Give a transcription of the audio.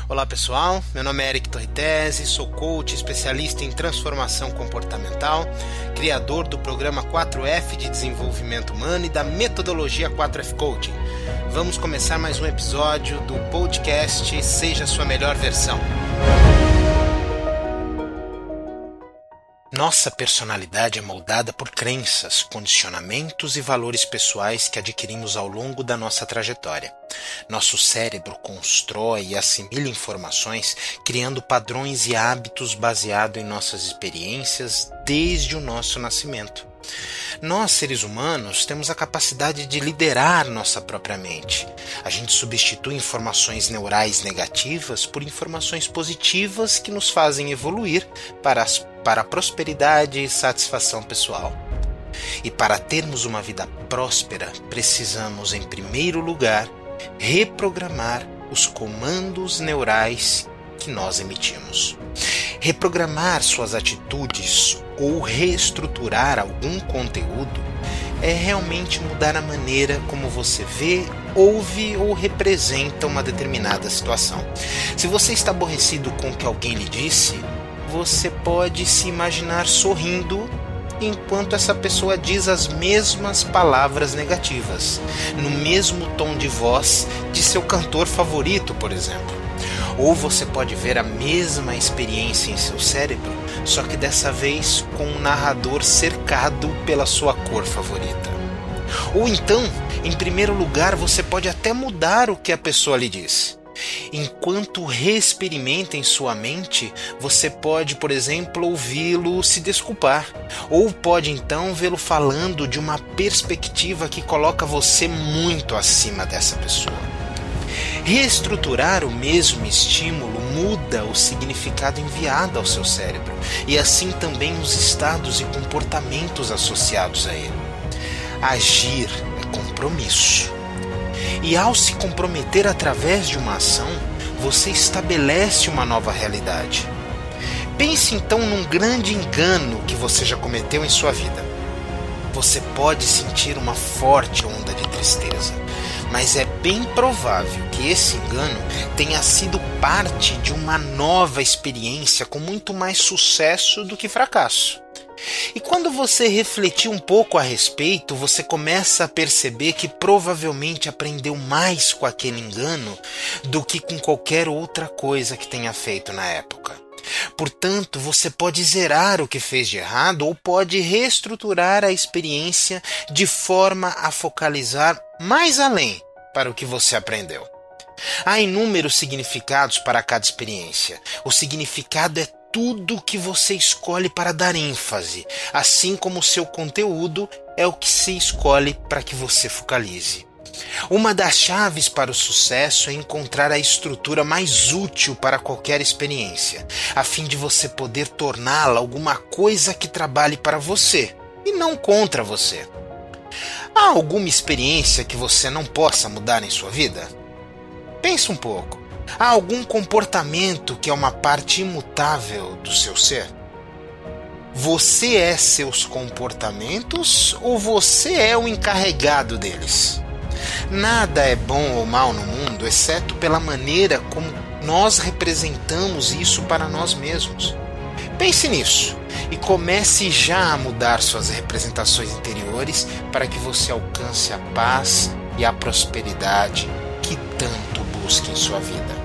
Olá pessoal, meu nome é Eric Torritese, sou coach especialista em transformação comportamental, criador do programa 4F de desenvolvimento humano e da metodologia 4F Coaching. Vamos começar mais um episódio do podcast Seja a Sua Melhor Versão. Nossa personalidade é moldada por crenças, condicionamentos e valores pessoais que adquirimos ao longo da nossa trajetória. Nosso cérebro constrói e assimila informações, criando padrões e hábitos baseados em nossas experiências desde o nosso nascimento. Nós, seres humanos, temos a capacidade de liderar nossa própria mente. A gente substitui informações neurais negativas por informações positivas que nos fazem evoluir para a prosperidade e satisfação pessoal. E para termos uma vida próspera, precisamos, em primeiro lugar, reprogramar os comandos neurais que nós emitimos. Reprogramar suas atitudes ou reestruturar algum conteúdo é realmente mudar a maneira como você vê, ouve ou representa uma determinada situação. Se você está aborrecido com o que alguém lhe disse, você pode se imaginar sorrindo enquanto essa pessoa diz as mesmas palavras negativas, no mesmo tom de voz de seu cantor favorito, por exemplo. Ou você pode ver a mesma experiência em seu cérebro, só que dessa vez com um narrador cercado pela sua cor favorita. Ou então, em primeiro lugar, você pode até mudar o que a pessoa lhe diz. Enquanto reexperimenta em sua mente, você pode, por exemplo, ouvi-lo se desculpar, ou pode então vê-lo falando de uma perspectiva que coloca você muito acima dessa pessoa. Reestruturar o mesmo estímulo muda o significado enviado ao seu cérebro e assim também os estados e comportamentos associados a ele. Agir é compromisso. E ao se comprometer através de uma ação, você estabelece uma nova realidade. Pense então num grande engano que você já cometeu em sua vida. Você pode sentir uma forte onda de tristeza, mas é bem provável que esse engano tenha sido parte de uma nova experiência com muito mais sucesso do que fracasso. E quando você refletir um pouco a respeito, você começa a perceber que provavelmente aprendeu mais com aquele engano do que com qualquer outra coisa que tenha feito na época. Portanto, você pode zerar o que fez de errado ou pode reestruturar a experiência de forma a focalizar mais além para o que você aprendeu. Há inúmeros significados para cada experiência. O significado é tudo que você escolhe para dar ênfase, assim como o seu conteúdo é o que se escolhe para que você focalize. Uma das chaves para o sucesso é encontrar a estrutura mais útil para qualquer experiência, a fim de você poder torná-la alguma coisa que trabalhe para você e não contra você. Há alguma experiência que você não possa mudar em sua vida? Pense um pouco. Há algum comportamento que é uma parte imutável do seu ser? Você é seus comportamentos ou você é o encarregado deles? Nada é bom ou mal no mundo, exceto pela maneira como nós representamos isso para nós mesmos. Pense nisso e comece já a mudar suas representações interiores para que você alcance a paz e a prosperidade que tanto busca em sua vida.